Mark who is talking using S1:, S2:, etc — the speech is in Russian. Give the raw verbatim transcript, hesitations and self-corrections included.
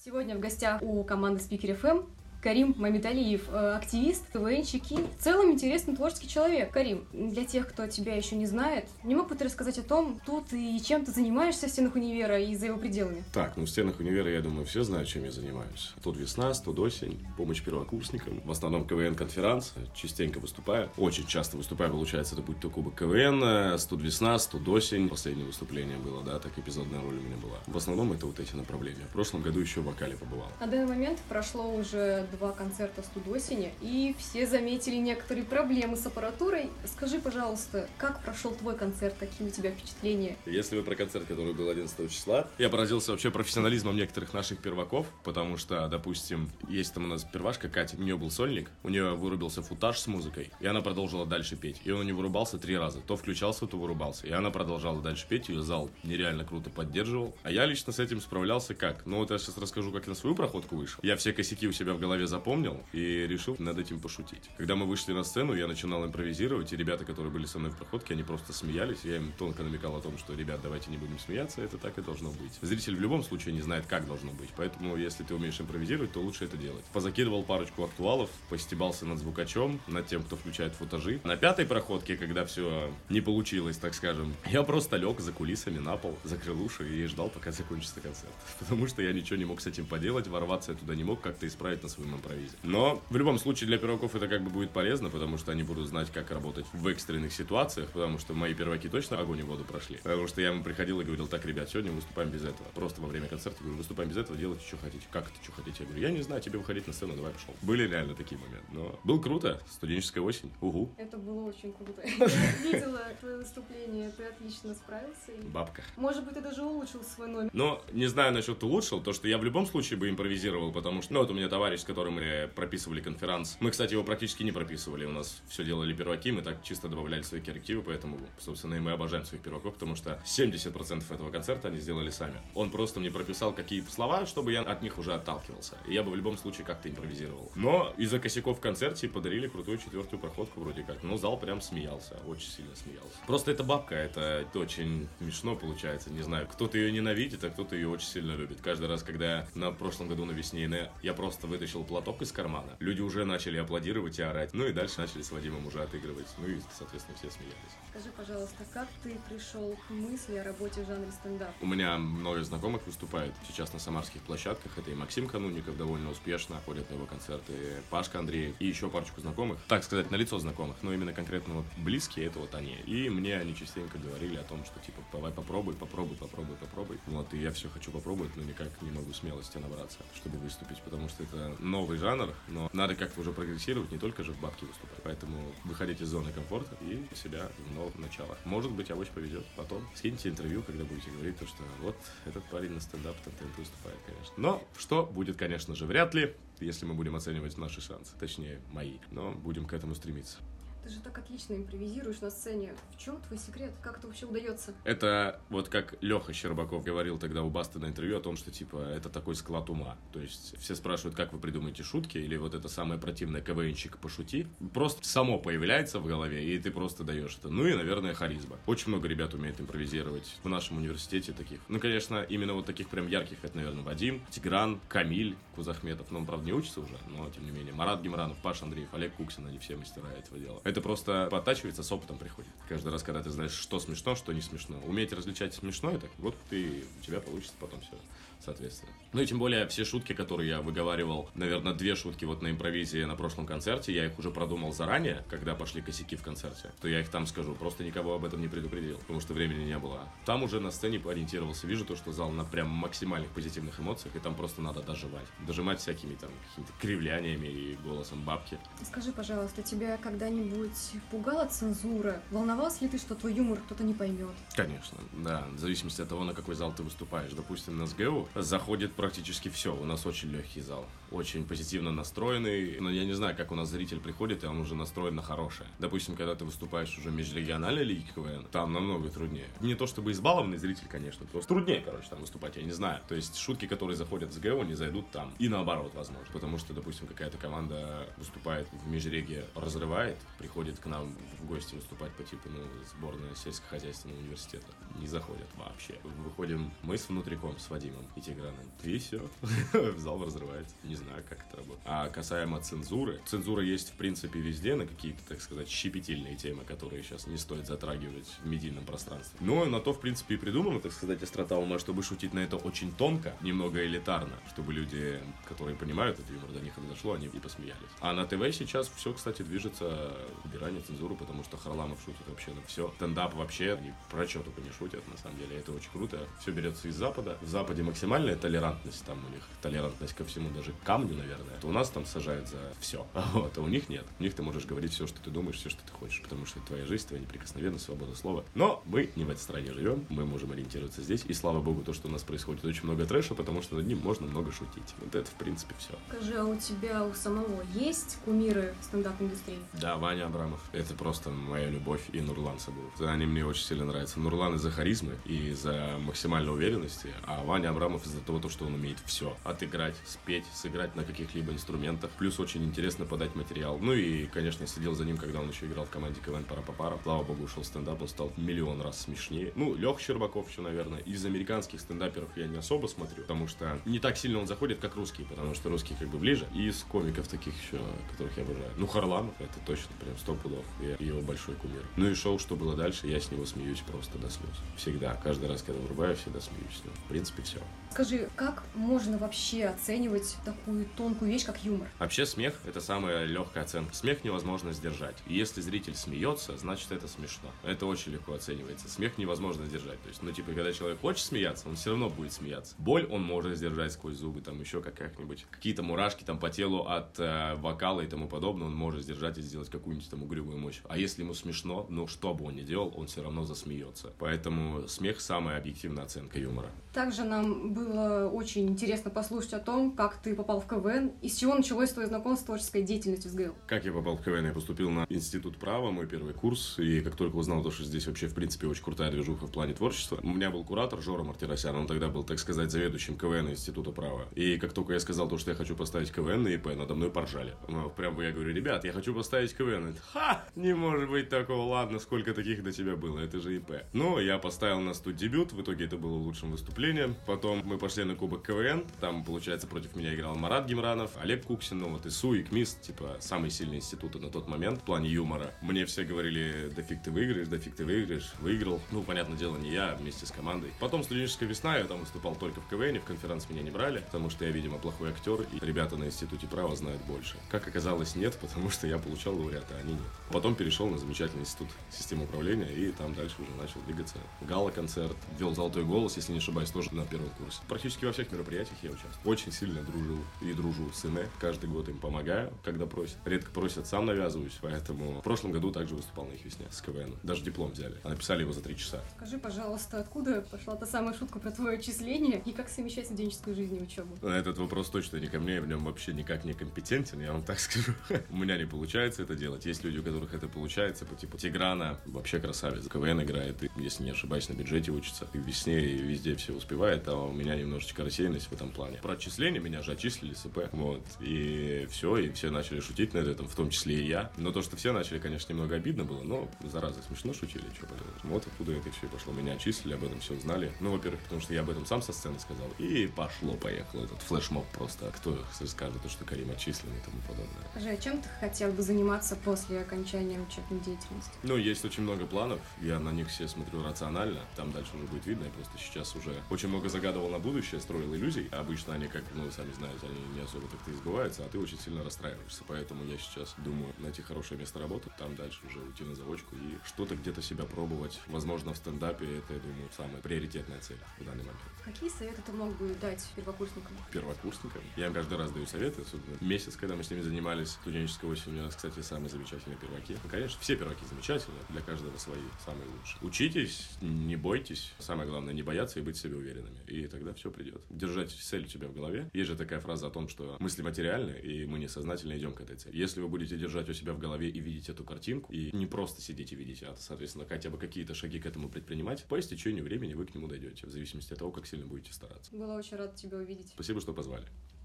S1: Сегодня в гостях у команды Speaker эф эм Карим Мамедалиев, активист, КВНщик и в целом интересный творческий человек. Карим, для тех, кто тебя еще не знает, не мог бы ты рассказать о том, тут и чем ты занимаешься в стенах универа и за его пределами?
S2: Так, ну в стенах универа, я думаю, все знают, чем я занимаюсь. Тут весна, тут осень, помощь первокурсникам. В основном КВН-конференц, частенько выступаю. Очень часто выступаю, получается, это будет то кубок КВН, тут весна, тут осень. Последнее выступление было, да, так эпизодная роль у меня была. В основном это вот эти направления. В прошлом году еще в вокале побывал.
S1: На данный момент прошло уже два концерта «Студ осени», и все заметили некоторые проблемы с аппаратурой. Скажи, пожалуйста, как прошел твой концерт, какие у тебя впечатления?
S2: Если вы про концерт, который был одиннадцатого числа, я поразился вообще профессионализмом некоторых наших перваков, потому что, допустим, есть там у нас первашка Катя, у нее был сольник, у нее вырубился футаж с музыкой, и она продолжила дальше петь. И он не вырубался три раза, то включался, то вырубался. И она продолжала дальше петь, ее зал нереально круто поддерживал. А я лично с этим справлялся как? Ну вот я сейчас расскажу, как я на свою проходку вышел. Я все косяки у себя в голове запомнил и решил над этим пошутить. Когда мы вышли на сцену, я начинал импровизировать, и ребята, которые были со мной в проходке, они просто смеялись. Я им тонко намекал о том, что, ребят, давайте не будем смеяться, это так и должно быть. Зритель в любом случае не знает, как должно быть, поэтому, если ты умеешь импровизировать, то лучше это делать. Позакидывал парочку актуалов, постебался над звукачом, над тем, кто включает футажи. На пятой проходке, когда все не получилось, так скажем, я просто лег за кулисами на пол, закрыл уши и ждал, пока закончится концерт. Потому что я ничего не мог с этим поделать, ворваться я туда не мог, как-то исправить на своем импровизе. Но в любом случае для перваков это как бы будет полезно, потому что они будут знать, как работать в экстренных ситуациях, потому что мои перваки точно огонь и воду прошли. Потому что я им приходил и говорил: так, ребят, сегодня выступаем без этого. Просто во время концерта говорю: выступаем без этого, делайте, что хотите. Как это, что хотите? Я говорю: я не знаю, тебе выходить на сцену, давай, пошел. Были реально такие моменты. Но было круто. Студенческая осень. Угу.
S1: Это было очень круто. Я видела твое выступление, ты отлично справился. И...
S2: Бабка.
S1: Может быть, ты даже улучшил свой номер.
S2: Но не знаю насчет улучшил, то, что я в любом случае бы импровизировал, потому что, ну, вот у меня товарищ, с которым мы прописывали конференц. Мы, кстати, его практически не прописывали. У нас все делали перваки, мы так чисто добавляли свои коррективы, поэтому, собственно, и мы обожаем своих перваков, потому что семьдесят процентов этого концерта они сделали сами. Он просто мне прописал какие-то слова, чтобы я от них уже отталкивался. И я бы в любом случае как-то импровизировал. Но из-за косяков в концерте подарили крутую четвертую проходку вроде как. Ну, зал прям смеялся, очень сильно смеялся. Просто это бабка, это очень смешно получается. Не знаю, кто-то ее ненавидит, а кто-то ее очень сильно любит. Каждый раз, когда я на прошлом году на весне я просто вытащил платок из кармана, люди уже начали аплодировать и орать. Ну и дальше начали с Вадимом уже отыгрывать. Ну и, соответственно, все смеялись.
S1: Скажи, пожалуйста, как ты пришел к мысли о работе в жанре стендап?
S2: У меня много знакомых выступают сейчас на самарских площадках. Это и Максим Канунников довольно успешно ходит на его концерты, Пашка Андреев и еще парочку знакомых. Так сказать, на лицо знакомых, но именно конкретно вот близкие, это вот они. И мне они частенько говорили о том, что типа давай попробуй, попробуй, попробуй, попробуй. Вот, и я все хочу попробовать, но никак не могу смелости набраться, чтобы выступить, потому что это новый жанр, но надо как-то уже прогрессировать, не только же в бабке выступать. Поэтому выходите из зоны комфорта и себя в новых началах. Может быть, авось повезет. Потом скиньте интервью, когда будете говорить то, что вот этот парень на стендап-контент выступает, конечно. Но что будет, конечно же, вряд ли, если мы будем оценивать наши шансы. Точнее, мои. Но будем к этому стремиться.
S1: Ты же так отлично импровизируешь на сцене. В чем твой секрет? Как это вообще удается?
S2: Это вот как Леха Щербаков говорил тогда у Басты на интервью о том, что типа это такой склад ума. То есть все спрашивают, как вы придумаете шутки, или вот это самое противное КВНщик пошути. Просто само появляется в голове, и ты просто даешь это. Ну и, наверное, харизма. Очень много ребят умеет импровизировать в нашем университете таких. Ну, конечно, именно вот таких прям ярких, это, наверное, Вадим, Тигран, Камиль Кузахметов. Но он, правда, не учится уже, но тем не менее. Марат Гемранов, Паша Андреев, Олег Куксин, они все мастера этого дела. Это просто подтачивается, с опытом приходит. Каждый раз, когда ты знаешь, что смешно, что не смешно. Уметь различать смешно это, вот ты, у тебя получится потом все, соответственно. Ну и тем более все шутки, которые я выговаривал, наверное, две шутки вот на импровизе на прошлом концерте, я их уже продумал заранее, когда пошли косяки в концерте, то я их там скажу, просто никого об этом не предупредил, потому что времени не было. Там уже на сцене ориентировался, вижу то, что зал на прям максимальных позитивных эмоциях, и там просто надо дожимать. Дожимать всякими там какими-то кривляниями и голосом бабки.
S1: Скажи, пожалуйста, тебя когда-нибудь пугала цензура? Волновался ли ты, что твой юмор кто-то не поймет?
S2: Конечно, да, в зависимости от того, на какой зал ты выступаешь. Допустим, на СГУ заходит практически все, у нас очень легкий зал. очень позитивно настроенный. Но я не знаю, как у нас зритель приходит, и он уже настроен на хорошее. Допустим, когда ты выступаешь уже в межрегиональной лиге КВН, там намного труднее. Не то чтобы избалованный зритель, конечно, просто труднее, короче, там выступать, я не знаю. То есть шутки, которые заходят с ГЭО, не зайдут там. И наоборот, возможно. Потому что, допустим, какая-то команда выступает в межреге, разрывает, приходит к нам в гости выступать по типу, ну, сборная сельскохозяйственного университета. Не заходят вообще. Выходим мы с внутриком, с Вадимом и Тиграном. И все. Зал разрывается. Не знаю, как это работает. А касаемо цензуры. Цензура есть, в принципе, везде на какие-то, так сказать, щепетильные темы, которые сейчас не стоит затрагивать в медийном пространстве. Но на то, в принципе, и придумано, так сказать, острота ума, чтобы шутить на это очень тонко, немного элитарно, чтобы люди, которые понимают этот юмор, до них это дошло, они и посмеялись. А на ТВ сейчас все, кстати, движется убирание цензуры, потому что Харламов шутит вообще на все. Стендап вообще, они про что только не шутят, на самом деле, это очень круто. Все берется из Запада. В Западе максимальная толерантность, там у них толерантность ко всему, даже к камню, наверное. То у нас там сажают за все, вот, а у них нет. У них ты можешь говорить все, что ты думаешь, все, что ты хочешь, потому что это твоя жизнь, твоя неприкосновенность, свобода слова. Но мы не в этой стране живем, мы можем ориентироваться здесь, и слава богу, то, что у нас происходит, очень много трэша, потому что над ним можно много шутить. Вот это, в принципе, все.
S1: Скажи, а у тебя у самого есть кумиры стендап-индустрии?
S2: Да, Ваня Абрамов. Это просто моя любовь, и Нурлан Сабуров. Они мне очень сильно нравятся. Нурлан из-за харизмы и из-за максимальной уверенности, а Ваня Абрамов из-за того, что он умеет все. Отыграть, спеть, сыграть на каких-либо инструментах. Плюс очень интересно подать материал. Ну и, конечно, я следил за ним, когда он еще играл в команде КВН Пара-Папара. Слава богу, ушел в стендап, он стал миллион раз смешнее. Ну, Леха Щербаков еще, наверное. Из американских стендаперов я не особо смотрю, потому что не так сильно он заходит, как русский, потому что русский как бы ближе. И из комиков таких еще, которых я обожаю. Ну, Харламов, это точно прям сто пудов. Я его большой кумир. Ну и шоу «Что было дальше», я с него смеюсь просто до слез. Всегда. Каждый раз, когда врубаю, всегда смеюсь с него. В принципе, все.
S1: Скажи, как можно вообще оценивать такую тонкую вещь, как юмор?
S2: Вообще смех — это самая легкая оценка. Смех невозможно сдержать. И если зритель смеется, значит это смешно. Это очень легко оценивается. Смех невозможно сдержать. То есть, ну типа, когда человек хочет смеяться, он все равно будет смеяться. Боль он может сдержать сквозь зубы, там еще как-нибудь. Какие-то мурашки там по телу от э, вокала и тому подобное, он может сдержать и сделать какую-нибудь там угрюмую мощь. А если ему смешно, ну что бы он ни делал, он все равно засмеется. Поэтому смех — самая объективная оценка юмора.
S1: Также нам было очень интересно послушать о том, как ты попал в КВН и с чего началось твое знакомство с творческой деятельностью в СГЛ.
S2: Как я попал в КВН? Я поступил на институт права, мой первый курс, и как только узнал то, что здесь вообще, в принципе, очень крутая движуха в плане творчества, у меня был куратор Жора Мартиросян, он тогда был, так сказать, заведующим КВН института права. И как только я сказал то, что я хочу поставить КВН на ИП, надо мной поржали. Ну, прям я говорю: ребят, я хочу поставить КВН. Ха! Не может быть такого, ладно, сколько таких до тебя было, это же ИП. Ну, я поставил на студ дебют, в итоге это было лучшим выступлением. Потом мы пошли на кубок КВН, там, получается, против меня играл Марат Гимранов, Олег Куксин, ну вот ИСУ и КМИС, типа, самые сильные институты на тот момент в плане юмора. Мне все говорили: да фиг ты выиграешь, да фиг ты выиграешь. Выиграл. Ну, понятное дело, не я, а вместе с командой. Потом студенческая весна, я там выступал только в КВН, в конференц меня не брали, потому что я, видимо, плохой актер, и ребята на институте права знают больше. Как оказалось, нет, потому что я получал лауреата, а они нет. Потом перешел на замечательный институт системы управления, и там дальше уже начал двигаться. Гала-концерт, вел «Золотой голос», если не ошибаюсь, тоже на первом курсе. Практически во всех мероприятиях я участвую. Очень сильно дружил и дружу с ИНЭ. Каждый год им помогаю, когда просят. Редко просят, сам навязываюсь, поэтому в прошлом году также выступал на их весне с КВН. Даже диплом взяли, а написали его за три часа.
S1: Скажи, пожалуйста, откуда пошла та самая шутка про твое отчисление и как совмещать студенческую жизнь и учебу?
S2: На этот вопрос точно не ко мне, я в нем вообще никак не компетентен, я вам так скажу. У меня не получается это делать. Есть люди, у которых это получается, по типу Тиграна, вообще красавец. КВН играет, и, если не ошибаюсь, на бюджете учится. И в весне, и везде все успевает, а у меня немножечко рассеянность в этом плане. Про отчисление меня же отчислили с ИП. Вот. И все, и все начали шутить над этим, в том числе и я. Но то, что все начали, конечно, немного обидно было, но зараза, смешно шутили, что поделать. Вот откуда это все и пошло. Меня отчислили, об этом все узнали. Ну, во-первых, потому что я об этом сам со сцены сказал. И пошло-поехало этот флешмоб просто. Кто скажет, что Карим отчислен и тому подобное.
S1: Скажи, а чем ты хотел бы заниматься после окончания учебной деятельности?
S2: Ну, есть очень много планов. Я на них все смотрю рационально. Там дальше уже будет видно. Я просто сейчас уже очень много загадывал на будущее, строил иллюзий. Обычно они, как, ну, вы сами знаете, они не особо так-то избываются, а ты очень сильно расстраиваешься. Поэтому я сейчас думаю найти хорошее место работы, там дальше уже уйти на заочку и что-то где-то себя пробовать. Возможно, в стендапе это, я думаю, самая приоритетная цель в данный момент.
S1: Какие советы ты мог бы дать первокурсникам?
S2: Первокурсникам? Я им каждый раз даю советы, особенно месяц, когда мы с ними занимались. Студенческая осень у нас, кстати, самые замечательные перваки. Ну, конечно, все перваки замечательные, для каждого свои, самые лучшие. Учитесь, не бойтесь. Самое главное, не бояться и быть в себе уверенными. И тогда все придет. Держать цель у тебя в голове. Есть же такая фраза фраза о том, что мысли материальны, и мы несознательно идем к этой цели. Если вы будете держать у себя в голове и видеть эту картинку, и не просто сидеть и видеть, а, соответственно, хотя бы какие-то шаги к этому предпринимать, по истечению времени вы к нему дойдете, в зависимости от того, как сильно будете стараться.
S1: Была очень рада тебя увидеть.
S2: Спасибо, что позвали.